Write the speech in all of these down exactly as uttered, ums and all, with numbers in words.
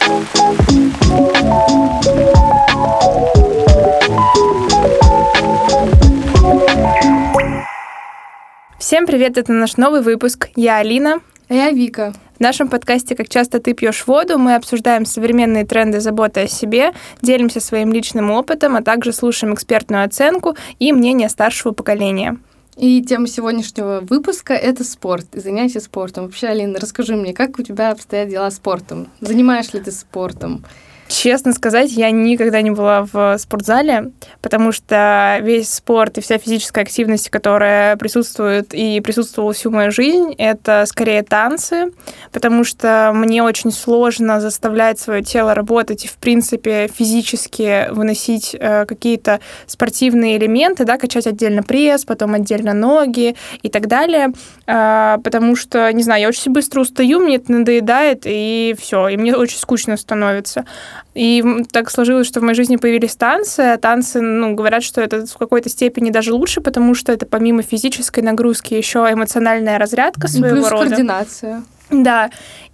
Всем привет, это наш новый выпуск. Я Алина. А я Вика. В нашем подкасте «Как часто ты пьешь воду» мы обсуждаем современные тренды заботы о себе, делимся своим личным опытом, а также слушаем экспертную оценку и мнение старшего поколения. И тема сегодняшнего выпуска — это спорт и занятия спортом. Вообще, Алина, расскажи мне, как у тебя обстоят дела с спортом? Занимаешь ли ты спортом? Честно сказать, я никогда не была в спортзале, потому что весь спорт и вся физическая активность, которая присутствует и присутствовала всю мою жизнь, это скорее танцы, потому что мне очень сложно заставлять свое тело работать и, в принципе, физически выносить э, какие-то спортивные элементы, да, качать отдельно пресс, потом отдельно ноги и так далее, э, потому что, не знаю, я очень быстро устаю, мне это надоедает, и все, и мне очень скучно становится. И так сложилось, что в моей жизни появились танцы. А танцы, ну, говорят, что это в какой-то степени даже лучше, потому что это помимо физической нагрузки еще эмоциональная разрядка своего Плюс рода. координация. Да,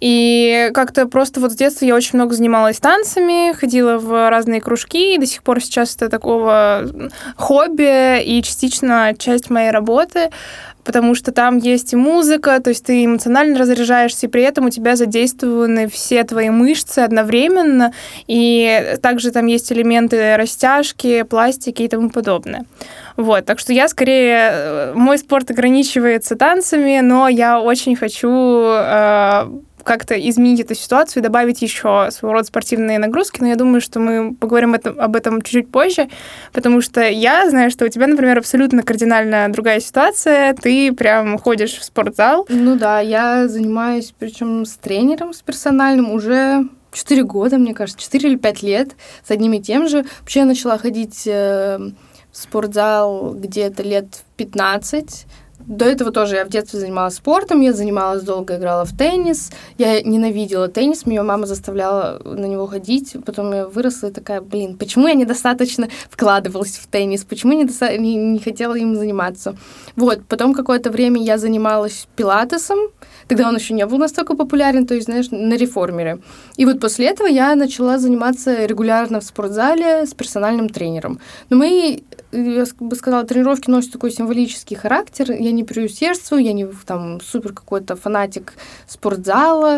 и как-то просто вот с детства я очень много занималась танцами, ходила в разные кружки, и до сих пор сейчас это такого хобби и частично часть моей работы, потому что там есть и музыка, то есть ты эмоционально разряжаешься, и при этом у тебя задействованы все твои мышцы одновременно, и также там есть элементы растяжки, пластики и тому подобное. Вот, так что я скорее... Мой спорт ограничивается танцами, но я очень хочу э, как-то изменить эту ситуацию и добавить еще своего рода спортивные нагрузки, но я думаю, что мы поговорим это, об этом чуть-чуть позже, потому что я знаю, что у тебя, например, абсолютно кардинально другая ситуация, ты прям ходишь в спортзал. Ну да, я занимаюсь, причем с тренером, с персональным, уже четыре года, мне кажется, четыре или пять лет с одним и тем же. Вообще я начала ходить... Э, в спортзал где-то лет в пятнадцать. До этого тоже я в детстве занималась спортом, я занималась долго, играла в теннис. Я ненавидела теннис, меня мама заставляла на него ходить. Потом я выросла и такая, блин, почему я недостаточно вкладывалась в теннис, почему я недоста- не, не хотела им заниматься. Вот, потом какое-то время я занималась пилатесом, тогда он еще не был настолько популярен, то есть, знаешь, на реформере. И вот после этого я начала заниматься регулярно в спортзале с персональным тренером. Но мои, я бы сказала, тренировки носят такой символический характер. Я не преусердствую, я не там супер какой-то фанатик спортзала,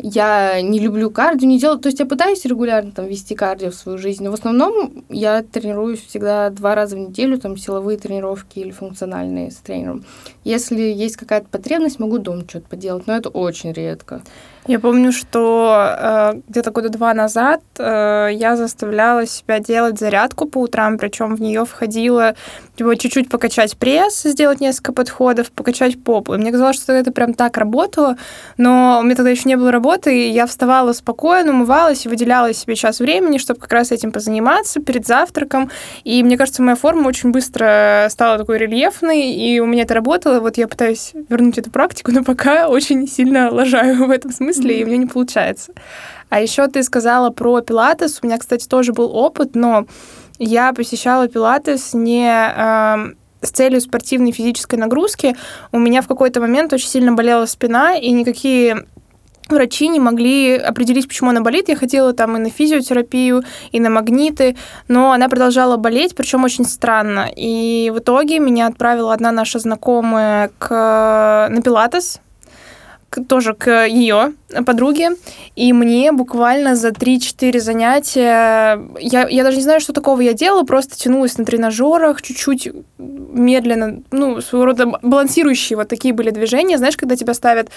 я не люблю кардио, не делаю. То есть я пытаюсь регулярно там вести кардио в свою жизнь, но в основном я тренируюсь всегда два раза в неделю, там силовые тренировки или функциональные с тренером. Если есть какая-то потребность, могу дома что-то поделать, но это очень редко. Я помню, что э, где-то года два назад э, я заставляла себя делать зарядку по утрам, причем в нее входило типа, чуть-чуть покачать пресс, сделать несколько подходов, покачать попу. И мне казалось, что это прям так работало, но у меня тогда еще не было работы, и я вставала спокойно, умывалась и выделяла себе час времени, чтобы как раз этим позаниматься перед завтраком. И мне кажется, моя форма очень быстро стала такой рельефной, и у меня это работало. Вот я пытаюсь вернуть эту практику, но пока очень сильно лажаю в этом смысле, и у меня не получается. А еще ты сказала про пилатес. У меня, кстати, тоже был опыт, но я посещала пилатес не э, с целью спортивной физической нагрузки. У меня в какой-то момент очень сильно болела спина, и никакие врачи не могли определить, почему она болит. Я ходила там и на физиотерапию, и на магниты, но она продолжала болеть, причем очень странно. И в итоге меня отправила одна наша знакомая к, на пилатес, к, тоже к ее подруге, и мне буквально за три-четыре занятия, я, я даже не знаю, что такого я делала, просто тянулась на тренажерах, чуть-чуть медленно, ну, своего рода балансирующие вот такие были движения, знаешь, когда тебя ставят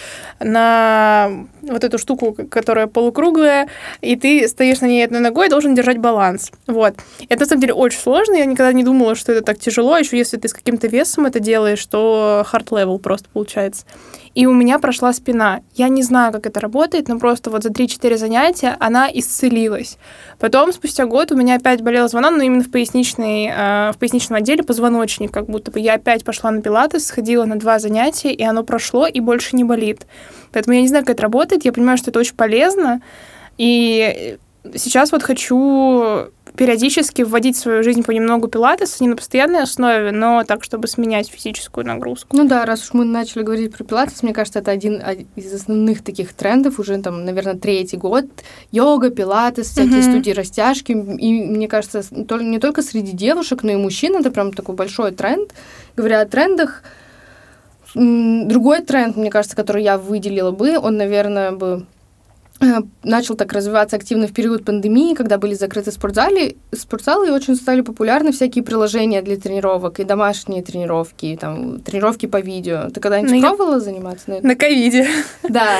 на вот эту штуку, которая полукруглая, и ты стоишь на ней одной ногой и должен держать баланс. Вот. Это, на самом деле, очень сложно, я никогда не думала, что это так тяжело, еще если ты с каким-то весом это делаешь, то hard level просто получается. И у меня прошла спина. Я не знаю, как это работает, но просто вот за три-четыре занятия она исцелилась. Потом, спустя год, у меня опять болела спина, но именно в, поясничной, э, в поясничном отделе позвоночник, как будто бы я опять пошла на пилатес, сходила на два занятия, и оно прошло, и больше не болит. Поэтому я не знаю, как это работает, я понимаю, что это очень полезно, и сейчас вот хочу периодически вводить в свою жизнь понемногу пилатес, не на постоянной основе, но так, чтобы сменять физическую нагрузку. Ну да, раз уж мы начали говорить про пилатес, мне кажется, это один из основных таких трендов, уже там, наверное, третий год. Йога, пилатес, всякие mm-hmm. студии растяжки. И мне кажется, не только среди девушек, но и мужчин это прям такой большой тренд. Говоря о трендах, другой тренд, мне кажется, который я выделила бы, он, наверное, бы начал так развиваться активно в период пандемии, когда были закрыты спортзалы, спортзалы, и очень стали популярны всякие приложения для тренировок, и домашние тренировки, и, там, тренировки по видео. Ты когда-нибудь ну, пробовала я... заниматься на этом? На ковиде. Да.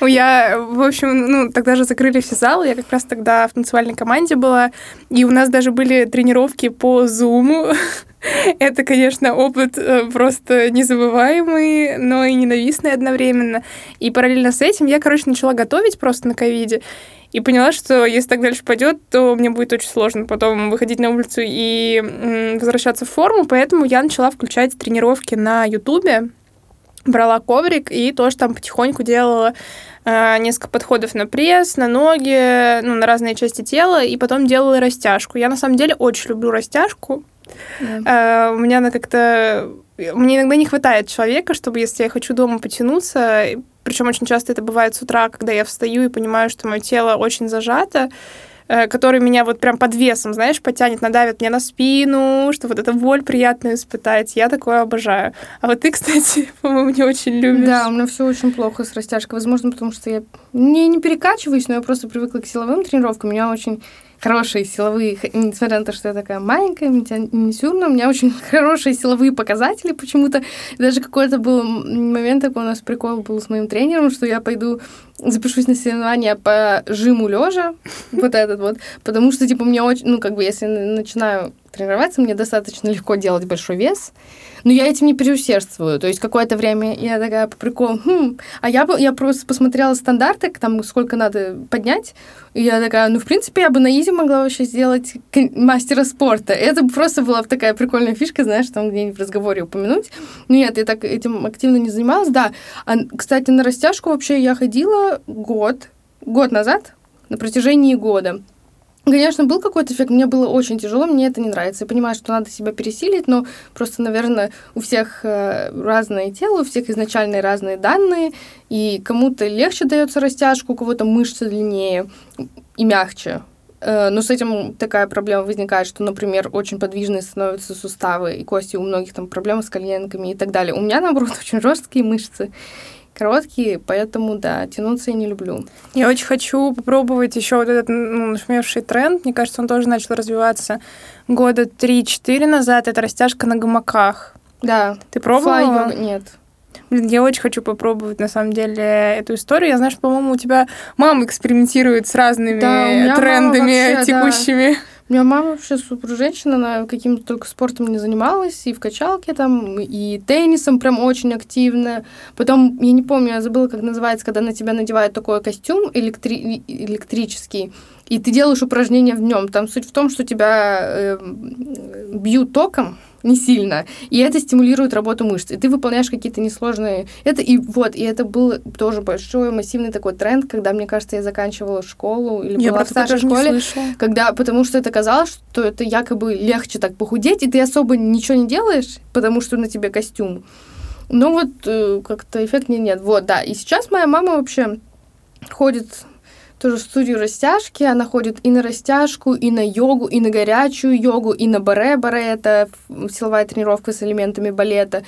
Я, в общем, ну, тогда же закрыли все залы, я как раз тогда в танцевальной команде была, и у нас даже были тренировки по Zoom. Это, конечно, опыт просто незабываемый, но и ненавистный одновременно. И параллельно с этим я, короче, начала готовить просто на ковиде. И поняла, что если так дальше пойдет, то мне будет очень сложно потом выходить на улицу и возвращаться в форму. Поэтому я начала включать тренировки на Ютубе. Брала коврик и тоже там потихоньку делала э, несколько подходов на пресс, на ноги, ну, на разные части тела, и потом делала растяжку. Я, на самом деле, очень люблю растяжку. Yeah. Э, у меня она как-то... Мне иногда не хватает человека, чтобы, если я хочу дома потянуться, причем очень часто это бывает с утра, когда я встаю и понимаю, что мое тело очень зажато, который меня вот прям под весом, знаешь, потянет, надавит мне на спину, что вот эта боль приятную испытать. Я такое обожаю. А вот ты, кстати, по-моему, не очень любишь. Да, у меня все очень плохо с растяжкой. Возможно, потому что я не, не перекачиваюсь, но я просто привыкла к силовым тренировкам. У меня очень хорошие силовые, несмотря на то, что я такая маленькая, миниатюрная, у меня очень хорошие силовые показатели почему-то. Даже какой-то был момент, такой у нас прикол был с моим тренером, что я пойду запишусь на соревнования по жиму лежа, вот этот вот, потому что, типа, мне очень, ну, как бы, если начинаю тренироваться, мне достаточно легко делать большой вес, но я этим не переусердствую. То есть какое-то время я такая по приколу, хм, а я, бы, я просто посмотрела стандарты, там, сколько надо поднять, и я такая, ну, в принципе, я бы на изи могла вообще сделать мастера спорта. И это просто была такая прикольная фишка, знаешь, там где-нибудь в разговоре упомянуть. Ну, нет, я так этим активно не занималась, да. А, кстати, на растяжку вообще я ходила год, год назад, на протяжении года. Конечно, был какой-то эффект, мне было очень тяжело, мне это не нравится. Я понимаю, что надо себя пересилить, но просто, наверное, у всех разное тело, у всех изначальные разные данные, и кому-то легче дается растяжка, у кого-то мышцы длиннее и мягче. Но с этим такая проблема возникает, что, например, очень подвижные становятся суставы и кости, у многих там проблемы с коленками и так далее. У меня, наоборот, очень жесткие мышцы. Короткие, поэтому, да, тянуться я не люблю. Я очень хочу попробовать еще вот этот, ну, нашумевший тренд. Мне кажется, он тоже начал развиваться года три-четыре назад. Это растяжка на гамаках. Да. Ты пробовала? Флай-йога? Нет. Блин, я очень хочу попробовать, на самом деле, эту историю. Я знаю, что, по-моему, у тебя мама экспериментирует с разными да, трендами вообще, текущими. Да. У меня мама вообще супер женщина, она каким-то только спортом не занималась, и в качалке там, и теннисом прям очень активно. Потом, я не помню, я забыла, как называется, когда на тебя надевают такой костюм электри- электрический, и ты делаешь упражнения в нем. Там суть в том, что тебя э, бьют током, не сильно, и это стимулирует работу мышц, и ты выполняешь какие-то несложные... Это и вот, и это был тоже большой, массивный такой тренд, когда, мне кажется, я заканчивала школу или я была в старшей школе, когда, потому что это казалось, что это якобы легче так похудеть, и ты особо ничего не делаешь, потому что на тебе костюм. Но вот э, как-то эффект не нет. Вот, да, и сейчас моя мама вообще ходит... тоже в студию растяжки, она ходит и на растяжку, и на йогу, и на горячую йогу, и на баре. Баре — это силовая тренировка с элементами балета,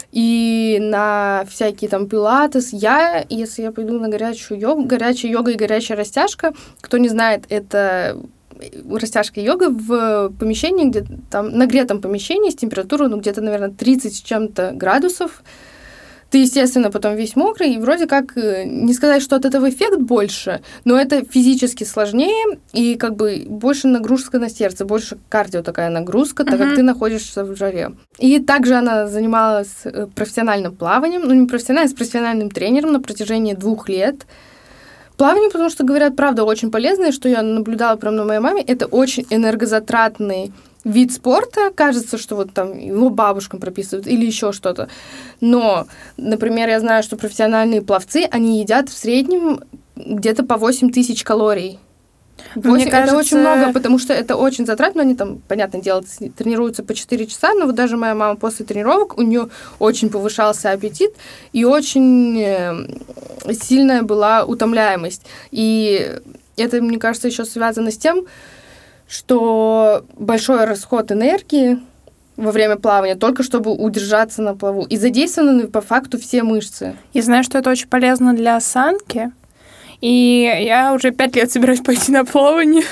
и на всякие там пилатес. Я, если я пойду на горячую йогу, горячая йога и горячая растяжка, кто не знает, это растяжка и йога в помещении, где там нагретом помещении с температурой, ну, где-то, наверное, тридцать с чем-то градусов. Ты, естественно, потом весь мокрый, и вроде как, не сказать, что от этого эффект больше, но это физически сложнее, и как бы больше нагрузка на сердце, больше кардио такая нагрузка, так uh-huh. как ты находишься в жаре. И также она занималась профессиональным плаванием, ну не профессиональным, с профессиональным тренером на протяжении двух лет. Плавание, потому что, говорят, правда, очень полезное, что я наблюдала прямо на моей маме, это очень энергозатратный вид спорта, кажется, что вот там его бабушкам прописывают или еще что-то. Но, например, я знаю, что профессиональные пловцы, они едят в среднем где-то по восемь тысяч калорий Мне кажется... Это очень много, потому что это очень затратно. Они там, понятное дело, тренируются по четыре часа, но вот даже моя мама после тренировок, у нее очень повышался аппетит и очень сильная была утомляемость. И это, мне кажется, еще связано с тем, что большой расход энергии во время плавания, только чтобы удержаться на плаву. И задействованы по факту все мышцы. Я знаю, что это очень полезно для осанки. И я уже пять лет собираюсь пойти на плавание.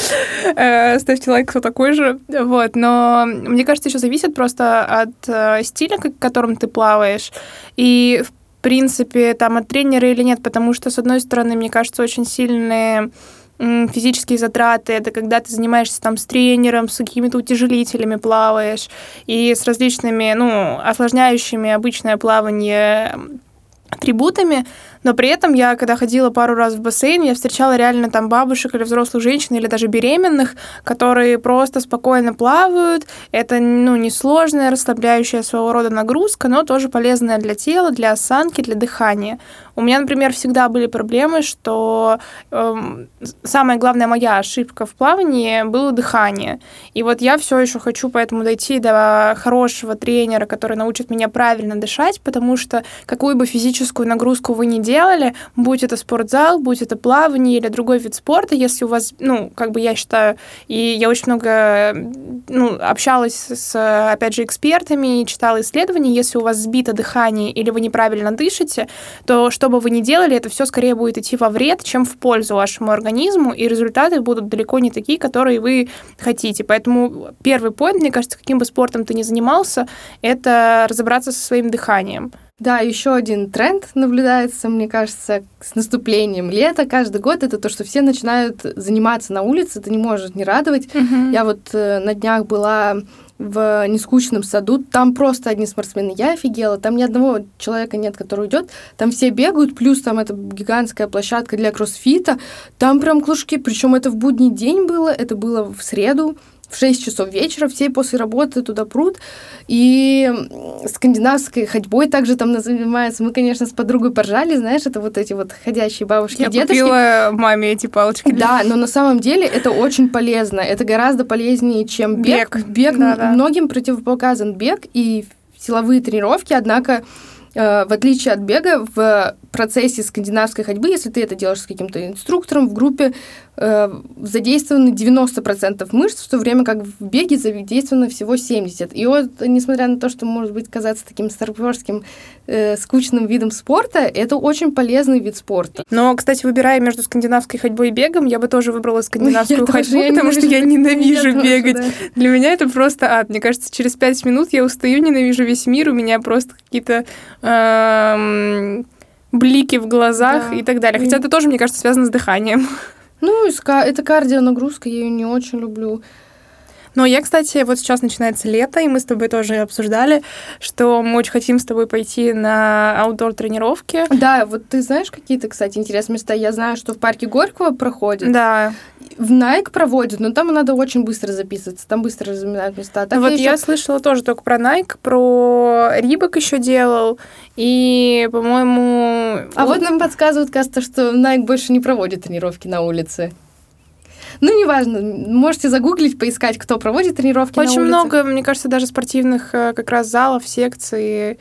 Ставьте лайк, кто такой же. Вот. Но мне кажется, еще зависит просто от стиля, которым ты плаваешь. И, в принципе, там от тренера или нет. Потому что, с одной стороны, мне кажется, очень сильные физические затраты, это когда ты занимаешься там с тренером, с какими-то утяжелителями плаваешь и с различными, ну, осложняющими обычное плавание атрибутами, но при этом я, когда ходила пару раз в бассейн, я встречала реально там бабушек или взрослых женщин, или даже беременных, которые просто спокойно плавают. Это, ну, несложная, расслабляющая своего рода нагрузка, но тоже полезная для тела, для осанки, для дыхания. У меня, например, всегда были проблемы, что э, самая главная моя ошибка в плавании было дыхание. И вот я все еще хочу поэтому дойти до хорошего тренера, который научит меня правильно дышать, потому что какую бы физическую нагрузку вы ни делали, делали, будь это спортзал, будь это плавание или другой вид спорта, если у вас, ну, как бы я считаю, и я очень много, ну, общалась с, опять же, экспертами и читала исследования, если у вас сбито дыхание или вы неправильно дышите, то что бы вы ни делали, это все скорее будет идти во вред, чем в пользу вашему организму, и результаты будут далеко не такие, которые вы хотите. Поэтому первый поинт, мне кажется, каким бы спортом ты ни занимался, это разобраться со своим дыханием. Да, еще один тренд наблюдается, мне кажется, с наступлением лета каждый год, это то, что все начинают заниматься на улице, это не может не радовать. Uh-huh. Я вот э, на днях была в нескучном саду, там просто одни спортсмены, я офигела, там ни одного человека нет, который уйдет, там все бегают, плюс там это гигантская площадка для кроссфита, там прям кружки, причем это в будний день было, это было в среду, в шесть часов вечера, все после работы туда прут, и скандинавской ходьбой также там занимаются. Мы, конечно, с подругой поржали, знаешь, это вот эти вот ходящие бабушки, Я дедушки. Я купила маме эти палочки. Да, но на самом деле это очень полезно, это гораздо полезнее, чем бег. Бег, бег да, да. Многим противопоказан бег и силовые тренировки, однако в отличие от бега, в процессе скандинавской ходьбы, если ты это делаешь с каким-то инструктором в группе, э, задействованы девяносто процентов мышц, в то время как в беге задействовано всего семьдесят процентов. И вот, несмотря на то, что может быть казаться таким старперским, э, скучным видом спорта, это очень полезный вид спорта. Но, кстати, выбирая между скандинавской ходьбой и бегом, я бы тоже выбрала скандинавскую я ходьбу, тоже, потому что я ненавижу я бегать. тоже, да. Для меня это просто ад. Мне кажется, через пять минут я устаю, ненавижу весь мир, у меня просто какие-то эм, блики в глазах, да, и так далее. Хотя это тоже, мне кажется, связано с дыханием. Ну, это кардионагрузка, я ее не очень люблю. Но я, кстати, вот сейчас начинается лето, и мы с тобой тоже обсуждали, что мы очень хотим с тобой пойти на аутдор-тренировки. Да, вот ты знаешь какие-то, кстати, интересные места? Я знаю, что в парке Горького проходит. Да. В Nike проводят, но там надо очень быстро записываться, там быстро разминают места. Так вот я, я еще... слышала тоже только про Nike, про Reebok еще делал, и, по-моему... А вот нам подсказывают, кажется, что Nike больше не проводит тренировки на улице. Ну, неважно, можете загуглить, поискать, кто проводит тренировки на улице. Очень много, мне кажется, даже спортивных как раз залов, секций,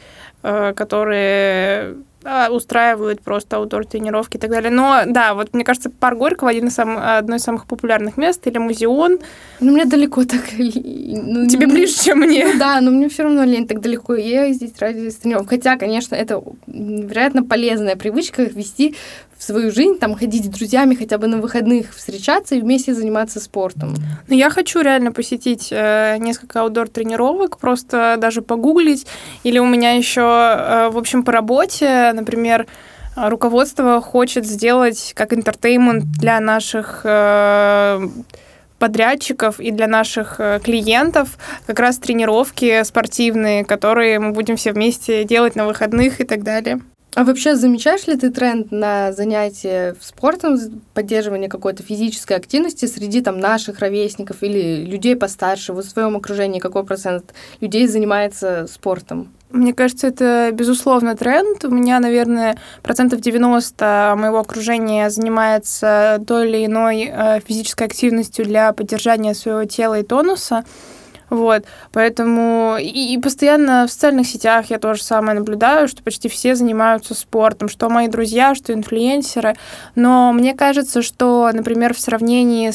которые устраивают просто аутдор-тренировки и так далее. Но, да, вот, мне кажется, парк Горького один из самых, одно из самых популярных мест, или музеон. Ну, мне далеко так... Ну, тебе ну, ближе, чем мне. Ну, да, но мне все равно лень так далеко ездить ради тренировок. Хотя, конечно, это, вероятно, полезная привычка вести в свою жизнь, там, ходить с друзьями хотя бы на выходных, встречаться и вместе заниматься спортом. Ну, я хочу реально посетить э, несколько аутдор-тренировок, просто даже погуглить. Или у меня еще, э, в общем, по работе, например, руководство хочет сделать как интертеймент для наших э, подрядчиков и для наших э, клиентов как раз тренировки спортивные, которые мы будем все вместе делать на выходных и так далее. А вообще замечаешь ли ты тренд на занятия спортом, поддерживание какой-то физической активности среди там наших ровесников или людей постарше? Вот в своем окружении какой процент людей занимается спортом? Мне кажется, это, безусловно, тренд. У меня, наверное, процентов девяносто моего окружения занимается той или иной э, физической активностью для поддержания своего тела и тонуса. Вот, поэтому и, и постоянно в социальных сетях я тоже самое наблюдаю, что почти все занимаются спортом, что мои друзья, что инфлюенсеры, но мне кажется, что, например, в сравнении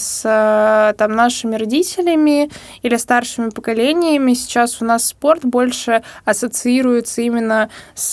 с там, нашими родителями или старшими поколениями сейчас у нас спорт больше ассоциируется именно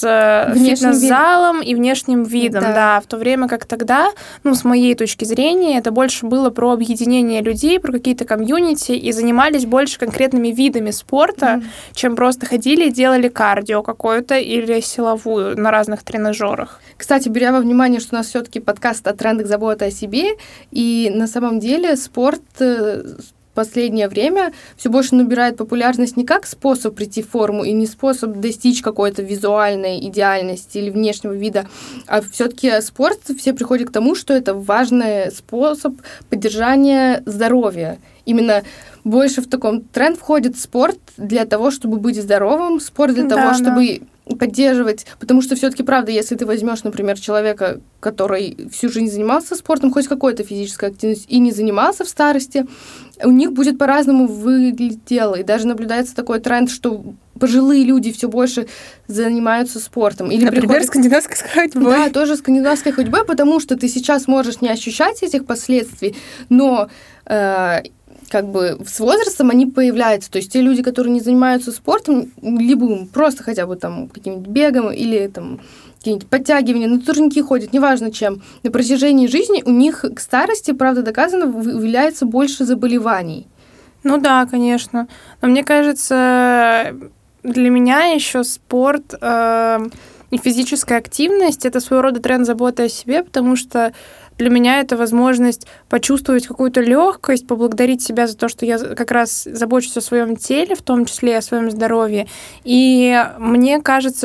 с внешним фитнес-залом вид... и внешним видом, да. да, в то время как тогда, ну, с моей точки зрения, это больше было про объединение людей, про какие-то комьюнити, и занимались больше конкретно видами спорта, mm. чем просто ходили и делали кардио какое-то или силовую на разных тренажерах. Кстати, беря во внимание, что у нас все-таки подкаст о трендах заботы о себе, и на самом деле спорт в последнее время все больше набирает популярность не как способ прийти в форму и не способ достичь какой-то визуальной идеальности или внешнего вида, а все-таки спорт все приходят к тому, что это важный способ поддержания здоровья. Именно больше в таком тренд входит спорт для того, чтобы быть здоровым, спорт для да, того, чтобы да. поддерживать, потому что все-таки правда, если ты возьмешь, например, человека, который всю жизнь занимался спортом, хоть какой-то физической активностью и не занимался в старости, у них будет по-разному выглядеть тело, и даже наблюдается такой тренд, что пожилые люди все больше занимаются спортом. Или Например, приходят... скандинавской ходьбой. Да, тоже скандинавской ходьбой, потому что ты сейчас можешь не ощущать этих последствий, но э, как бы с возрастом они появляются. То есть те люди, которые не занимаются спортом, либо просто хотя бы там каким-нибудь бегом или там какие-нибудь подтягивания, на турники ходят, неважно чем, на протяжении жизни у них к старости, правда, доказано, выявляется больше заболеваний. Ну да, конечно. Но мне кажется, для меня еще спорт э, и физическая активность — это своего рода тренд заботы о себе, потому что для меня это возможность почувствовать какую-то легкость, поблагодарить себя за то, что я как раз забочусь о своем теле, в том числе и о своем здоровье. И мне кажется,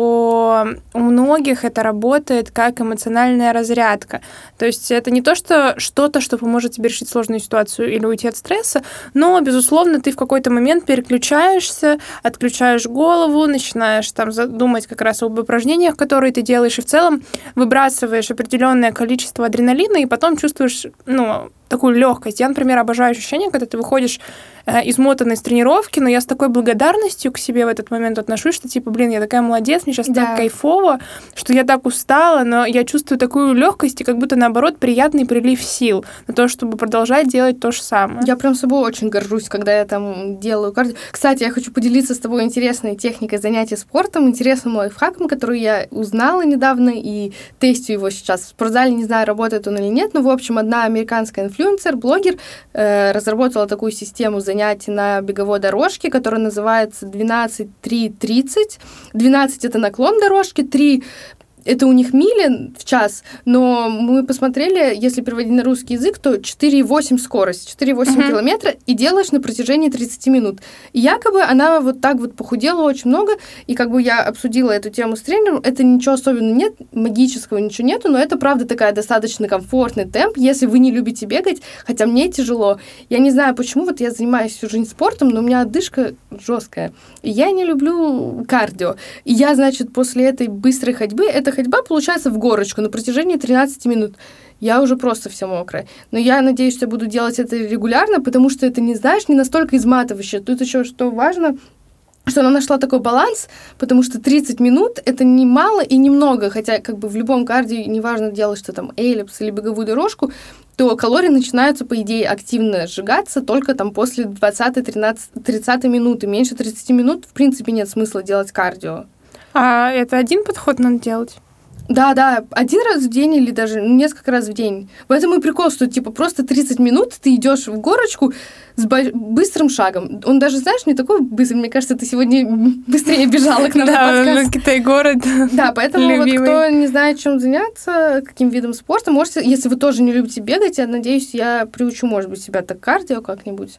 что у многих это работает как эмоциональная разрядка. То есть это не то, что что-то, что поможет тебе решить сложную ситуацию или уйти от стресса, но, безусловно, ты в какой-то момент переключаешься, отключаешь голову, начинаешь там думать как раз об упражнениях, которые ты делаешь, и в целом выбрасываешь определенное количество адреналина, и потом чувствуешь, ну, такую легкость. Я, например, обожаю ощущение, когда ты выходишь э, измотанный с тренировки, но я с такой благодарностью к себе в этот момент отношусь, что типа, блин, я такая молодец, мне сейчас да. так кайфово, что я так устала, но я чувствую такую легкость и как будто, наоборот, приятный прилив сил на то, чтобы продолжать делать то же самое. Я прям собой очень горжусь, когда я там делаю кардио. Кстати, я хочу поделиться с тобой интересной техникой занятий спортом, интересным лайфхаком, который я узнала недавно и тестю его сейчас. В спортзале, не знаю, работает он или нет, но, в общем, одна американская инфлюенсер, блогер, э, разработала такую систему занятий на беговой дорожке, которая называется двенадцать три тридцать. двенадцать — это наклон дорожки, три — это у них мили в час, но мы посмотрели, если переводить на русский язык, то четыре и восемь скорость, четыре и восемь uh-huh. километра, и делаешь на протяжении тридцать минут. И якобы она вот так вот похудела очень много, и как бы я обсудила эту тему с тренером, это ничего особенного нет, магического ничего нету, но это, правда, такая достаточно комфортный темп, если вы не любите бегать, хотя мне тяжело. Я не знаю, почему, вот я занимаюсь всю жизнь спортом, но у меня одышка жесткая, и я не люблю кардио. И я, значит, после этой быстрой ходьбы, это ходьба получается в горочку на протяжении тринадцати минут. Я уже просто вся мокрая. Но я надеюсь, что я буду делать это регулярно, потому что это, не знаешь, не настолько изматывающе. Тут еще что важно, что она нашла такой баланс, потому что тридцать минут — это не мало и не много, хотя как бы в любом кардио, неважно, делаешь что там эллипс или беговую дорожку, то калории начинаются, по идее, активно сжигаться только там после двадцатой-тридцатой минуты. Меньше тридцати минут, в принципе, нет смысла делать кардио. А это один подход надо делать? Да, да, один раз в день или даже несколько раз в день. В этом и прикол, что типа просто тридцать минут ты идешь в горочку с бо- быстрым шагом. Он даже, знаешь, не такой быстрый. Мне кажется, ты сегодня быстрее бежала к нам на подкаст. Да, Китай-город. Да, поэтому вот кто не знает, чем заняться, каким видом спорта, можете, если вы тоже не любите бегать, я надеюсь, я приучу, может быть, себя так кардио как-нибудь.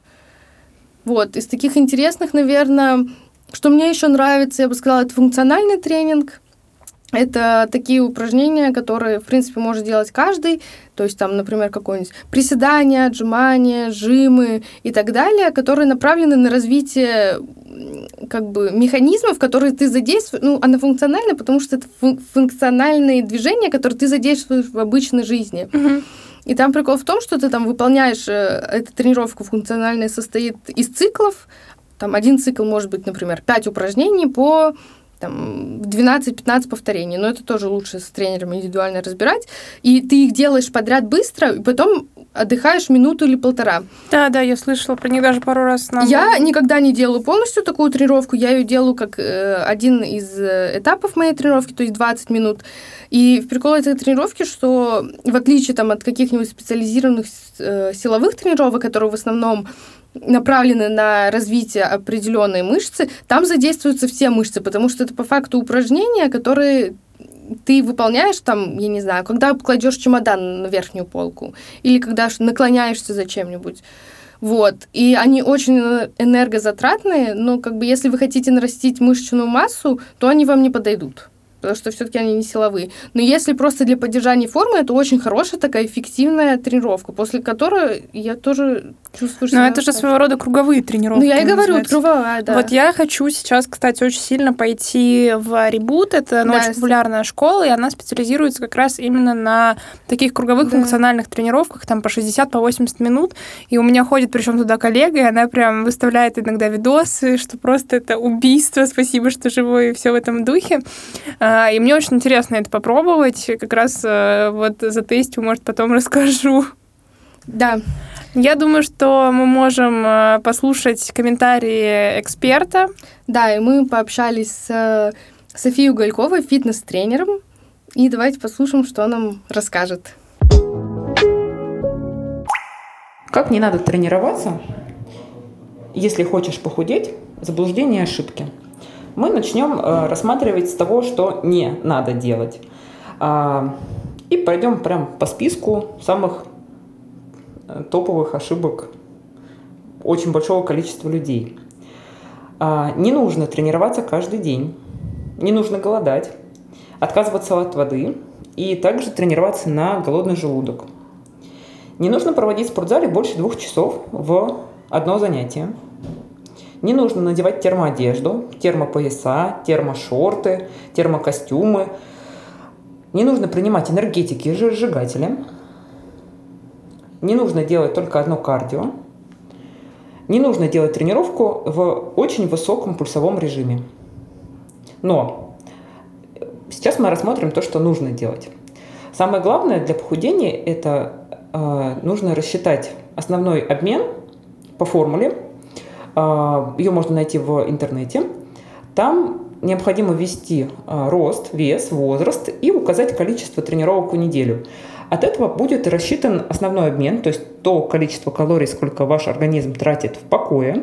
Вот, из таких интересных, наверное, что мне еще нравится, я бы сказала, это функциональный тренинг. Это такие упражнения, которые, в принципе, может делать каждый. То есть там, например, какое-нибудь приседания, отжимания, жимы и так далее, которые направлены на развитие как бы механизмов, которые ты задействуешь. Ну, она функциональна, потому что это фун- функциональные движения, которые ты задействуешь в обычной жизни. Угу. И там прикол в том, что ты там выполняешь, эта тренировка функциональная состоит из циклов. Там один цикл может быть, например, пять упражнений по там, двенадцать-пятнадцать повторений, но это тоже лучше с тренером индивидуально разбирать. И ты их делаешь подряд быстро, и потом отдыхаешь минуту или полтора. Да, да, я слышала про них даже пару раз. На я никогда не делаю полностью такую тренировку, я ее делаю как э, один из этапов моей тренировки, то есть двадцать минут. И прикол этой тренировки, что в отличие там, от каких-нибудь специализированных э, силовых тренировок, которые в основном направлены на развитие определенной мышцы, там задействуются все мышцы, потому что это по факту упражнения, которые ты выполняешь там, я не знаю, когда кладешь чемодан на верхнюю полку или когда наклоняешься за чем-нибудь. Вот. И они очень энергозатратные, но как бы если вы хотите нарастить мышечную массу, то они вам не подойдут, потому что все-таки они не силовые. Но если просто для поддержания формы, это очень хорошая такая эффективная тренировка, после которой я тоже чувствую, что... Но это же своего рода круговые тренировки. Ну, я и говорю, круговая, да. Вот я хочу сейчас, кстати, очень сильно пойти в Ребут. Это ну, да, очень популярная школа, и она специализируется как раз именно на таких круговых да. функциональных тренировках, там по шестьдесят, по восемьдесят минут. И у меня ходит причем туда коллега, и она прям выставляет иногда видосы, что просто это убийство, спасибо, что живой, и все в этом духе. И мне очень интересно это попробовать. Как раз вот затестю, может, потом расскажу. Да. Я думаю, что мы можем послушать комментарии эксперта. Да, и мы пообщались с Софией Угольковой, фитнес-тренером. И давайте послушаем, что она нам расскажет. Как не надо тренироваться, если хочешь похудеть? Заблуждения и ошибки. Мы начнем э, рассматривать с того, что не надо делать. А, и пойдем прям по списку самых э, топовых ошибок очень большого количества людей. А, не нужно тренироваться каждый день, не нужно голодать, отказываться от воды и также тренироваться на голодный желудок. Не нужно проводить в спортзале больше двух часов в одно занятие. Не нужно надевать термоодежду, термопояса, термошорты, термокостюмы. Не нужно принимать энергетики и жиросжигатели. Не нужно делать только одно кардио. Не нужно делать тренировку в очень высоком пульсовом режиме. Но сейчас мы рассмотрим то, что нужно делать. Самое главное для похудения – это э, нужно рассчитать основной обмен по формуле. Ее можно найти в интернете. Там необходимо ввести рост, вес, возраст и указать количество тренировок в неделю. От этого будет рассчитан основной обмен, то есть то количество калорий, сколько ваш организм тратит в покое,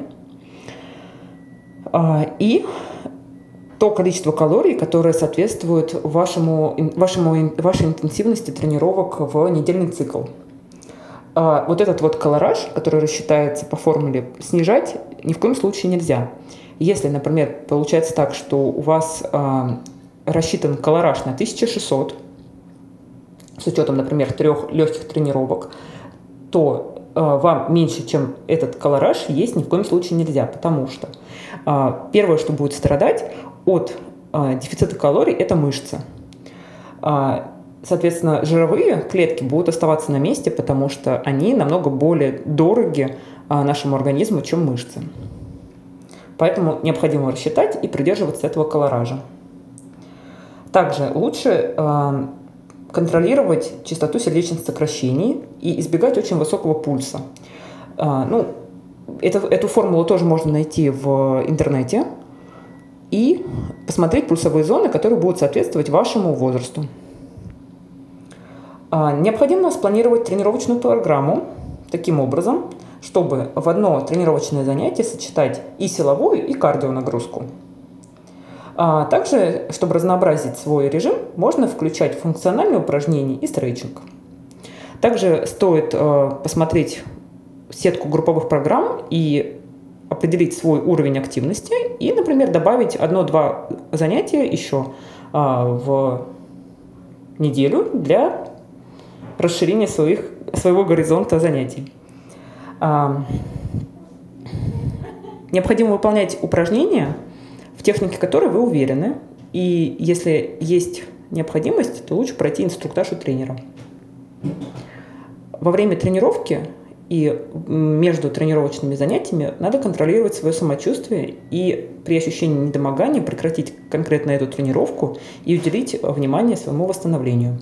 и то количество калорий, которое соответствует вашему, вашему, вашей интенсивности тренировок в недельный цикл. Вот этот вот колораж, который рассчитается по формуле, снижать ни в коем случае нельзя. Если, например, получается так, что у вас э, рассчитан колораж на тысяча шестьсот, с учетом, например, трех легких тренировок, то э, вам меньше, чем этот колораж, есть ни в коем случае нельзя, потому что э, первое, что будет страдать от э, дефицита калорий, это мышцы. Э, Соответственно, жировые клетки будут оставаться на месте, потому что они намного более дороги нашему организму, чем мышцы. Поэтому необходимо рассчитать и придерживаться этого колоража. Также лучше э, контролировать частоту сердечных сокращений и избегать очень высокого пульса. Э, ну, это, эту формулу тоже можно найти в интернете и посмотреть пульсовые зоны, которые будут соответствовать вашему возрасту. Необходимо спланировать тренировочную программу таким образом, чтобы в одно тренировочное занятие сочетать и силовую, и кардионагрузку. Также, чтобы разнообразить свой режим, можно включать функциональные упражнения и стретчинг. Также стоит посмотреть сетку групповых программ и определить свой уровень активности и, например, добавить одно-два занятия еще а, в неделю для расширения своих, своего горизонта занятий. А, необходимо выполнять упражнения, в технике которой вы уверены, и если есть необходимость, то лучше пройти инструктаж у тренера. Во время тренировки и между тренировочными занятиями надо контролировать свое самочувствие и при ощущении недомогания прекратить конкретно эту тренировку и уделить внимание своему восстановлению.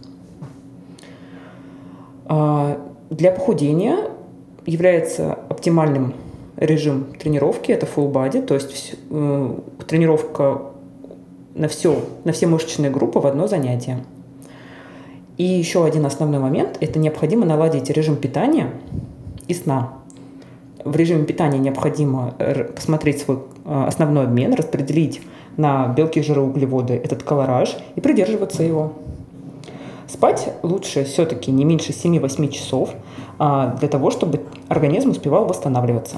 Для похудения является оптимальным режим тренировки, это full body, то есть тренировка на, все, на все мышечные группы в одно занятие. И еще один основной момент – это необходимо наладить режим питания и сна. В режиме питания необходимо посмотреть свой основной обмен, распределить на белки, жиры, углеводы этот колораж и придерживаться его. Спать лучше все-таки не меньше семь-восемь часов для того, чтобы организм успевал восстанавливаться.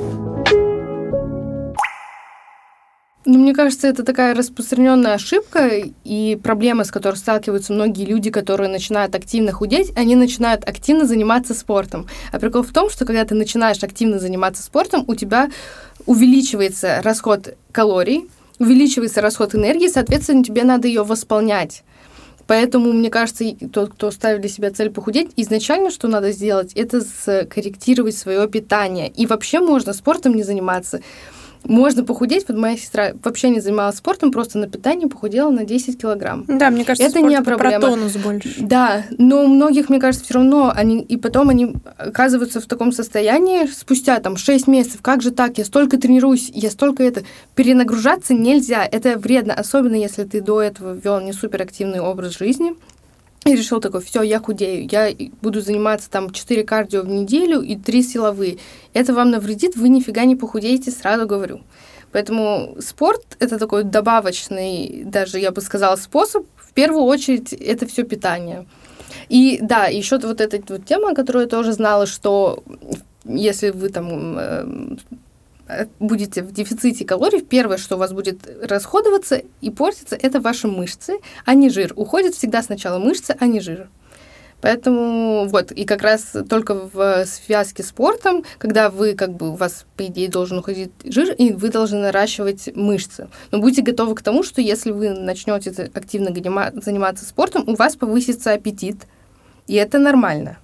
Ну, мне кажется, это такая распространенная ошибка и проблема, с которой сталкиваются многие люди, которые начинают активно худеть, они начинают активно заниматься спортом. А прикол в том, что когда ты начинаешь активно заниматься спортом, у тебя увеличивается расход калорий, увеличивается расход энергии, соответственно, тебе надо ее восполнять. Поэтому, мне кажется, тот, кто ставит для себя цель похудеть, изначально что надо сделать, это скорректировать свое питание. И вообще можно спортом не заниматься. Можно похудеть. Вот моя сестра вообще не занималась спортом, просто на питании похудела на десять килограмм. Да, мне кажется, это спорт не это проблема. Про тонус больше. Да, но у многих, мне кажется, все равно они и потом они оказываются в таком состоянии спустя там шесть месяцев. Как же так? Я столько тренируюсь, я столько это... Перенагружаться нельзя. Это вредно, особенно если ты до этого вел не суперактивный образ жизни. И решил такой, все, я худею, я буду заниматься там четыре кардио в неделю и три силовые. Это вам навредит, вы нифига не похудеете, сразу говорю. Поэтому спорт — это такой добавочный, даже я бы сказала, способ. В первую очередь это все питание. И да, еще вот эта вот тема, которую я тоже знала, что если вы там будете в дефиците калорий, первое, что у вас будет расходоваться и портиться, это ваши мышцы, а не жир. Уходит всегда сначала мышцы, а не жир. Поэтому вот, и как раз только в связке с спортом, когда вы, как бы, у вас, по идее, должен уходить жир, и вы должны наращивать мышцы. Но будьте готовы к тому, что если вы начнете активно заниматься спортом, у вас повысится аппетит, и это нормально.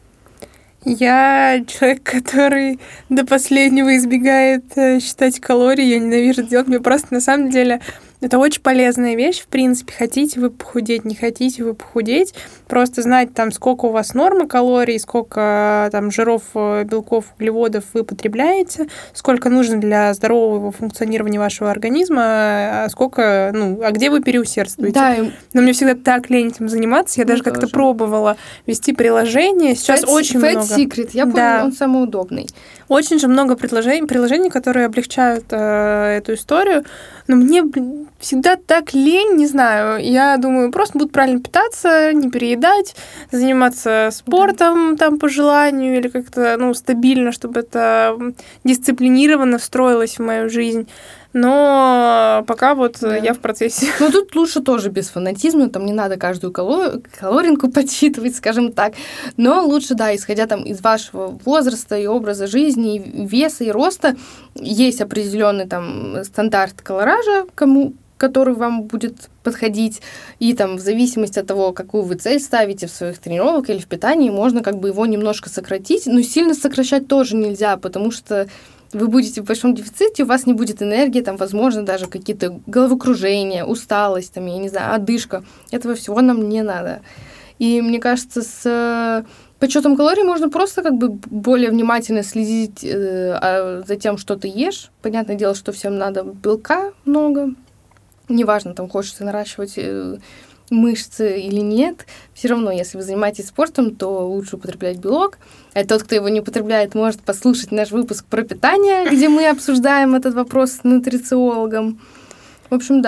Я человек, который до последнего избегает э, считать калории, я ненавижу делать. Мне просто, на самом деле, это очень полезная вещь, в принципе. Хотите вы похудеть, не хотите вы похудеть. Просто знать, там, сколько у вас нормы калорий, сколько там жиров, белков, углеводов вы потребляете, сколько нужно для здорового функционирования вашего организма, а сколько, ну, а где вы переусердствуете. Да. Но мне всегда так лень этим заниматься. Я ну, даже тоже. как-то пробовала вести приложение. Сейчас Fat, очень Fat много. Secret, я помню, да. Он самый удобный. Очень же много приложений, приложений, которые облегчают э, эту историю. Но мне, блин, всегда так лень, не знаю. Я думаю, просто буду правильно питаться, не переедать, заниматься спортом да. там по желанию или как-то, ну, стабильно, чтобы это дисциплинированно встроилось в мою жизнь. Но пока вот да. я в процессе. Ну, тут лучше тоже без фанатизма, там не надо каждую калор... калоринку подсчитывать, скажем так. Но лучше, да, исходя там из вашего возраста и образа жизни, и веса, и роста, есть определенный там стандарт колоража, кому который вам будет подходить, и там в зависимости от того, какую вы цель ставите в своих тренировках или в питании, можно как бы его немножко сократить, но сильно сокращать тоже нельзя, потому что вы будете в большом дефиците, у вас не будет энергии, там, возможно, даже какие-то головокружения, усталость, там, я не знаю, одышка. Этого всего нам не надо. И мне кажется, с подсчетом калорий можно просто как бы более внимательно следить э, за тем, что ты ешь. Понятное дело, что всем надо белка много. Неважно, там, хочешь ты наращивать э, мышцы или нет, все равно, если вы занимаетесь спортом, то лучше употреблять белок. А тот, кто его не употребляет, может послушать наш выпуск про питание, где мы обсуждаем этот вопрос с нутрициологом. В общем, да.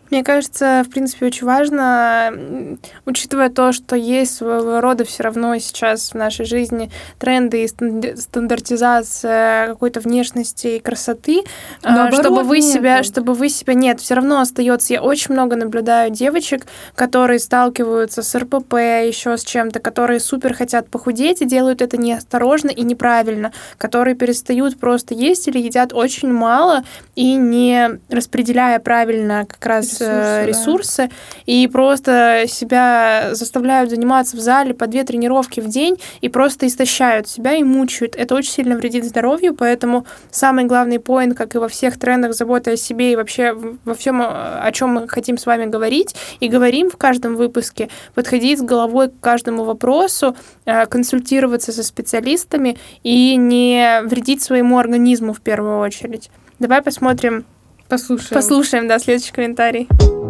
Мне кажется, в принципе, очень важно, учитывая то, что есть своего рода все равно сейчас в нашей жизни тренды и стандартизация какой-то внешности и красоты, наоборот, чтобы вы нет. себя, чтобы вы себя нет, все равно остается. Я очень много наблюдаю девочек, которые сталкиваются с эр пэ пэ, еще с чем-то, которые супер хотят похудеть и делают это неосторожно и неправильно, которые перестают просто есть или едят очень мало и не распределяя правильно как раз ресурсы, ресурсы да. и просто себя заставляют заниматься в зале по две тренировки в день и просто истощают себя и мучают. Это очень сильно вредит здоровью, поэтому самый главный поинт, как и во всех трендах заботы о себе и вообще во всем, о чем мы хотим с вами говорить и говорим в каждом выпуске, подходить с головой к каждому вопросу, консультироваться со специалистами и не вредить своему организму в первую очередь. Давай посмотрим. Послушаем. Послушаем, да, следующий комментарий.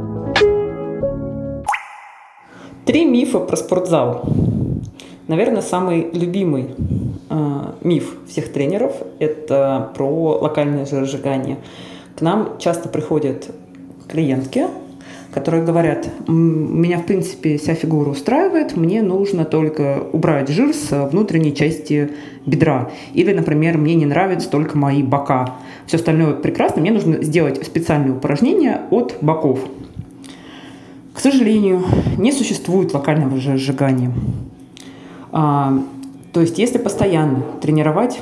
Три мифа про спортзал. Наверное, самый любимый э, миф всех тренеров – это про локальное жиросжигание. К нам часто приходят клиентки, которые говорят: меня, в принципе, вся фигура устраивает, мне нужно только убрать жир с внутренней части бедра. Или, например, мне не нравятся только мои бока. Все остальное прекрасно, мне нужно сделать специальные упражнения от боков. К сожалению, не существует локального жиросжигания. А, то есть, если постоянно тренировать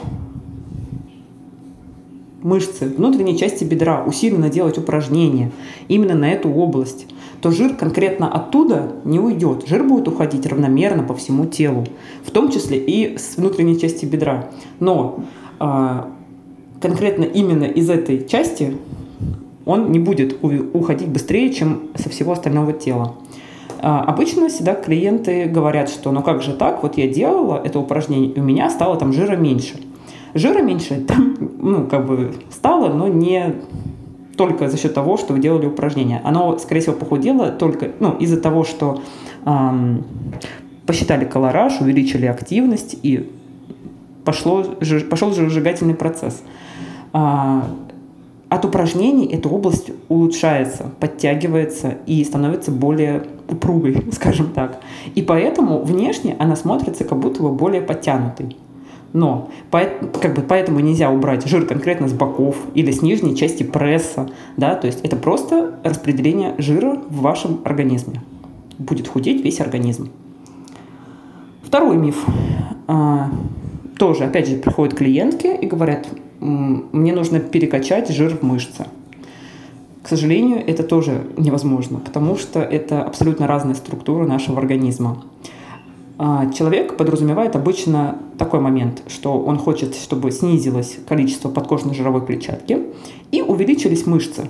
мышцы внутренней части бедра, усиленно делать упражнения именно на эту область, то жир конкретно оттуда не уйдет. Жир будет уходить равномерно по всему телу, в том числе и с внутренней части бедра. Но а, конкретно именно из этой части он не будет уходить быстрее, чем со всего остального тела. А, обычно всегда клиенты говорят, что ну как же так, вот я делала это упражнение, и у меня стало там жира меньше. Жира меньше там, ну, как бы стало, но не только за счет того, что вы делали упражнения. Оно, скорее всего, похудело только ну, из-за того, что эм, посчитали колораж, увеличили активность, и пошло, пошел жиросжигательный процесс. А, от упражнений эта область улучшается, подтягивается и становится более упругой, скажем так. И поэтому внешне она смотрится как будто бы более подтянутой. Но как бы, поэтому нельзя убрать жир конкретно с боков или с нижней части пресса. Да? То есть это просто распределение жира в вашем организме. Будет худеть весь организм. Второй миф. А, тоже, опять же, приходят клиентки и говорят: мне нужно перекачать жир в мышцы. К сожалению, это тоже невозможно, потому что это абсолютно разная структура нашего организма. Человек подразумевает обычно такой момент, что он хочет, чтобы снизилось количество подкожной жировой клетчатки и увеличились мышцы.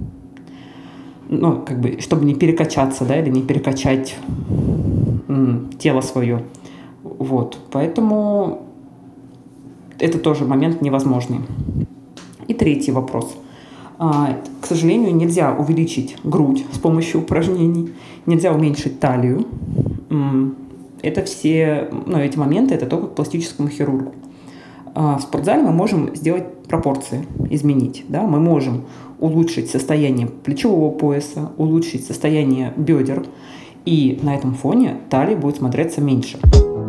Ну, как бы, чтобы не перекачаться, да, или не перекачать м, тело свое. Вот. Поэтому это тоже момент невозможный. И третий вопрос. К сожалению, нельзя увеличить грудь с помощью упражнений, нельзя уменьшить талию. Это все, ну, эти моменты, это только к пластическому хирургу. В спортзале мы можем сделать пропорции, изменить. Да? Мы можем улучшить состояние плечевого пояса, улучшить состояние бедер, и на этом фоне талия будет смотреться меньше.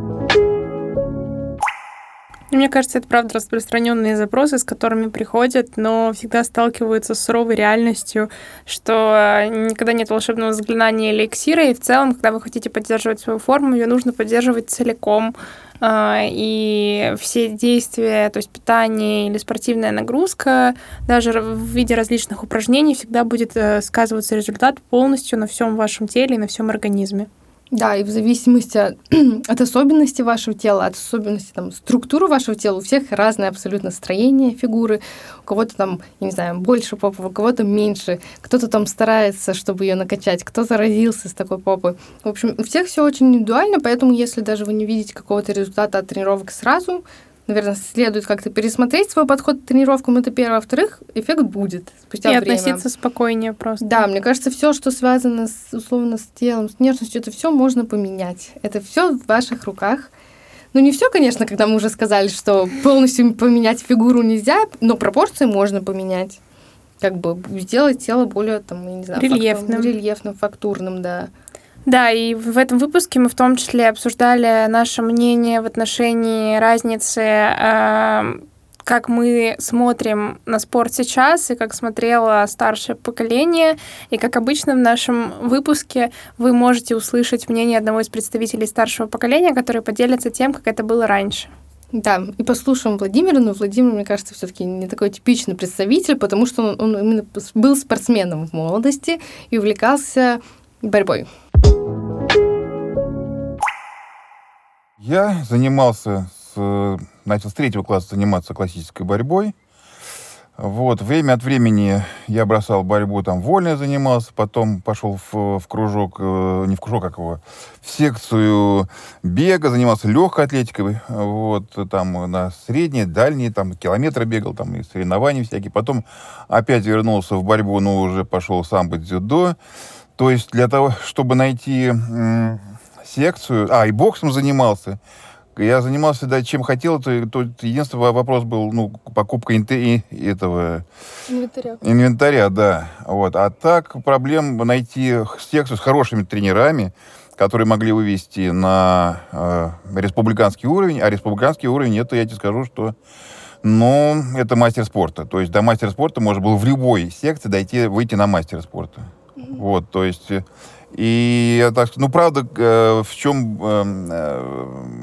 Мне кажется, это правда распространенные запросы, с которыми приходят, но всегда сталкиваются с суровой реальностью, что никогда нет волшебного заклинания эликсира, и в целом, когда вы хотите поддерживать свою форму, ее нужно поддерживать целиком. И все действия, то есть питание или спортивная нагрузка, даже в виде различных упражнений, всегда будет сказываться результат полностью на всем вашем теле и на всем организме. Да, и в зависимости от, от особенностей вашего тела, от особенностей там, структуры вашего тела, у всех разное абсолютно строение фигуры. У кого-то там, я не знаю, больше попы, у кого-то меньше. Кто-то там старается, чтобы ее накачать, кто-то родился с такой попой. В общем, у всех все очень индивидуально, поэтому если даже вы не видите какого-то результата от тренировок сразу, наверное, следует как-то пересмотреть свой подход к тренировкам, это первое. Во-вторых, эффект будет спустя и время. И относиться спокойнее просто. Да, мне кажется, все, что связано с, условно с телом, с внешностью, это все можно поменять. Это все в ваших руках. Ну, не все, конечно, когда мы уже сказали, что полностью поменять фигуру нельзя, но пропорции можно поменять. как бы сделать тело более, там, я не знаю, рельефным. Фактурным, рельефным, фактурным, да. Да, и в этом выпуске мы в том числе обсуждали наше мнение в отношении разницы, э, как мы смотрим на спорт сейчас и как смотрело старшее поколение. И, как обычно, в нашем выпуске вы можете услышать мнение одного из представителей старшего поколения, который поделится тем, как это было раньше. Да, и послушаем Владимира, но Владимир, мне кажется, все-таки не такой типичный представитель, потому что он, он именно был спортсменом в молодости и увлекался борьбой. Я занимался, с, начал с третьего класса заниматься классической борьбой. Вот, время от времени я бросал борьбу, там, вольно занимался, потом пошел в, в кружок, не в кружок, как его, в секцию бега, занимался легкой атлетикой, вот, там, на средние, дальние, там, километры бегал, там, и соревнования всякие. Потом опять вернулся в борьбу, но уже пошел самбо, дзюдо. То есть для того, чтобы найти м- секцию... А, и боксом занимался. Я занимался, да, чем хотел, то, то единственный вопрос был, ну, покупка инте, этого... Инвентаря. Инвентаря, да. Вот. А так проблем найти секцию с хорошими тренерами, которые могли вывести на э, республиканский уровень. А республиканский уровень, это я тебе скажу, что... Ну, это мастер спорта. То есть до мастера спорта можно было в любой секции дойти, выйти на мастера спорта. Mm-hmm. Вот, то есть... И, так, ну, правда, э, в чем... Э,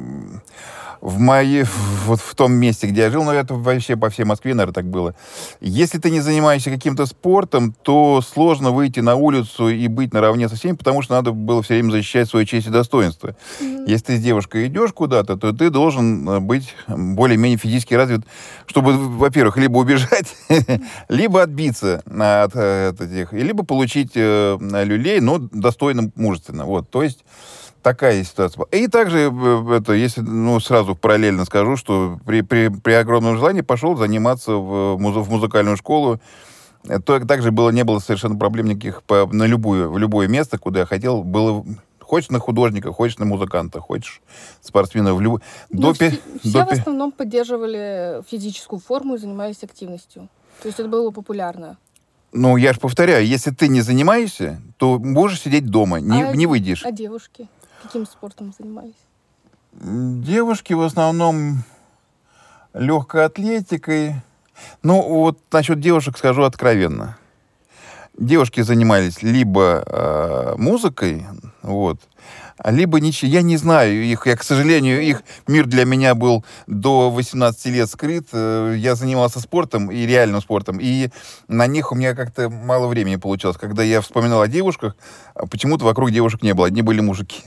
в моей, вот в том месте, где я жил, но это вообще по всей Москве, наверное, так было. Если ты не занимаешься каким-то спортом, то сложно выйти на улицу и быть наравне со всеми, потому что надо было все время защищать свою честь и достоинство. Mm-hmm. Если ты с девушкой идешь куда-то, то ты должен быть более-менее физически развит, чтобы, во-первых, либо убежать, либо отбиться от этих, либо получить люлей, но достойно, мужественно. Вот, то есть такая ситуация. И также, это, если, ну, сразу параллельно скажу, что при, при, при огромном желании пошел заниматься в, муз- в музыкальную школу. То, также было, не было совершенно проблем никаких по, на любую, в любое место, куда я хотел. Было, хочешь на художника, хочешь на музыканта, хочешь спортсмена. В люб... до, все все в основном поддерживали физическую форму и занимались активностью. То есть это было популярно. Ну, я же повторяю, если ты не занимаешься, то можешь сидеть дома, не, а, не выйдешь. А девушки? Каким спортом занимались? Девушки в основном легкой атлетикой. Ну, вот насчет девушек скажу откровенно. Девушки занимались либо э, музыкой, вот, либо ничего. Я не знаю их, я, к сожалению, их мир для меня был до восемнадцати лет скрыт. Я занимался спортом, и реальным спортом, и на них у меня как-то мало времени получалось. Когда я вспоминал о девушках, почему-то вокруг девушек не было, одни были мужики.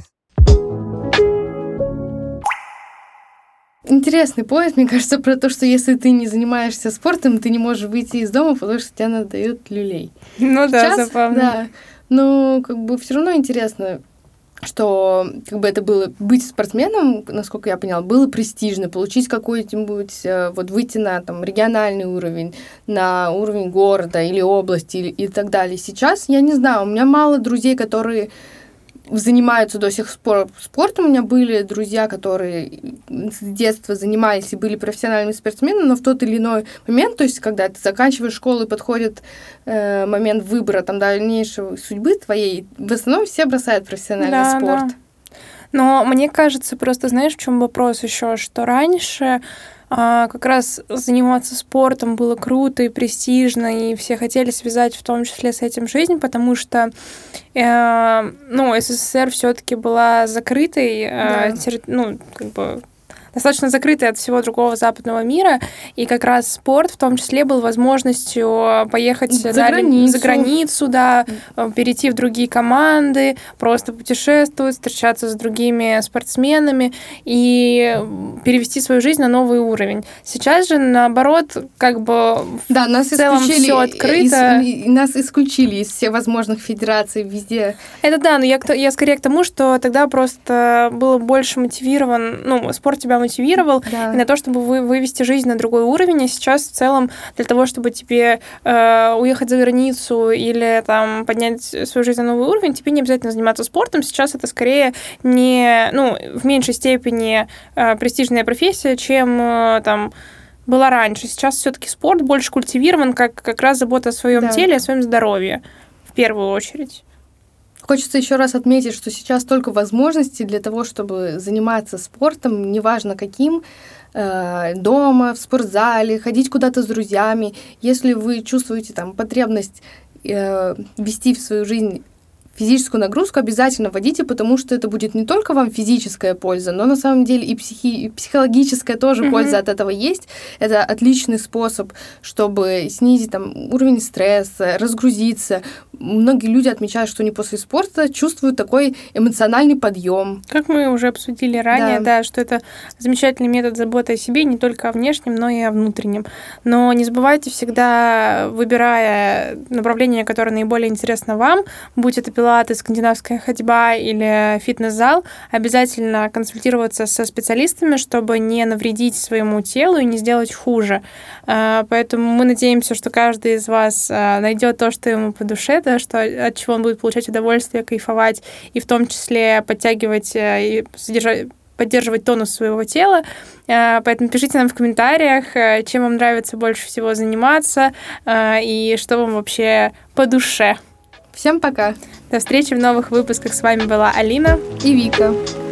Интересный поинт, мне кажется, про то, что если ты не занимаешься спортом, ты не можешь выйти из дома, потому что тебе надают люлей. Ну Сейчас, да, забавно. Да, но как бы все равно интересно, что как бы это было быть спортсменом, насколько я поняла, было престижно, получить какой-нибудь, вот выйти на там региональный уровень, на уровень города или области или, и так далее. Сейчас, я не знаю, у меня мало друзей, которые занимаются до сих пор спортом. У меня были друзья, которые с детства занимались и были профессиональными спортсменами, но в тот или иной момент, то есть когда ты заканчиваешь школу и подходит э, момент выбора там, дальнейшей судьбы твоей, в основном все бросают профессиональный да, спорт. Да. Но мне кажется, просто знаешь, в чем вопрос еще, что раньше а, как раз заниматься спортом было круто и престижно, и все хотели связать в том числе с этим жизнь, потому что э, ну, СССР все-таки была закрытой, да. э, терри- ну, как бы достаточно закрытой от всего другого западного мира, и как раз спорт в том числе был возможностью поехать за, на, границу. за границу, да, перейти в другие команды, просто путешествовать, встречаться с другими спортсменами и перевести свою жизнь на новый уровень. Сейчас же, наоборот, как бы да, нас в целом все открыто. Из, нас исключили из всех возможных федераций везде. Это да, но я, я скорее к тому, что тогда просто было больше мотивирован, ну, спорт тебя мотивировал да. и на то, чтобы вы, вывести жизнь на другой уровень. А сейчас в целом для того, чтобы тебе э, уехать за границу или там поднять свою жизнь на новый уровень, тебе не обязательно заниматься спортом. Сейчас это скорее не, ну, в меньшей степени э, престижная профессия, чем э, там была раньше. Сейчас все-таки спорт больше культивирован, как как раз забота о своем Да. теле, о своем здоровье в первую очередь. Хочется еще раз отметить, что сейчас столько возможностей для того, чтобы заниматься спортом, неважно каким, э, дома, в спортзале, ходить куда-то с друзьями. Если вы чувствуете там потребность э, ввести в свою жизнь физическую нагрузку, обязательно вводите, потому что это будет не только вам физическая польза, но на самом деле и, психи, и психологическая тоже Мгм. польза от этого есть. Это отличный способ, чтобы снизить там уровень стресса, разгрузиться. Многие люди отмечают, что они после спорта чувствуют такой эмоциональный подъем. Как мы уже обсудили ранее, Да. да, что это замечательный метод заботы о себе не только о внешнем, но и о внутреннем. Но не забывайте всегда, выбирая направление, которое наиболее интересно вам, будь это пилаты, скандинавская ходьба или фитнес-зал, обязательно консультироваться со специалистами, чтобы не навредить своему телу и не сделать хуже. А, Поэтому мы надеемся, что каждый из вас а, найдет то, что ему по душе, да, что, от чего он будет получать удовольствие, кайфовать, и в том числе подтягивать а, и содержать поддерживать тонус своего тела. А, Поэтому пишите нам в комментариях, а, чем вам нравится больше всего заниматься а, и что вам вообще по душе. Всем пока! До встречи в новых выпусках. С вами была Алина И Вика.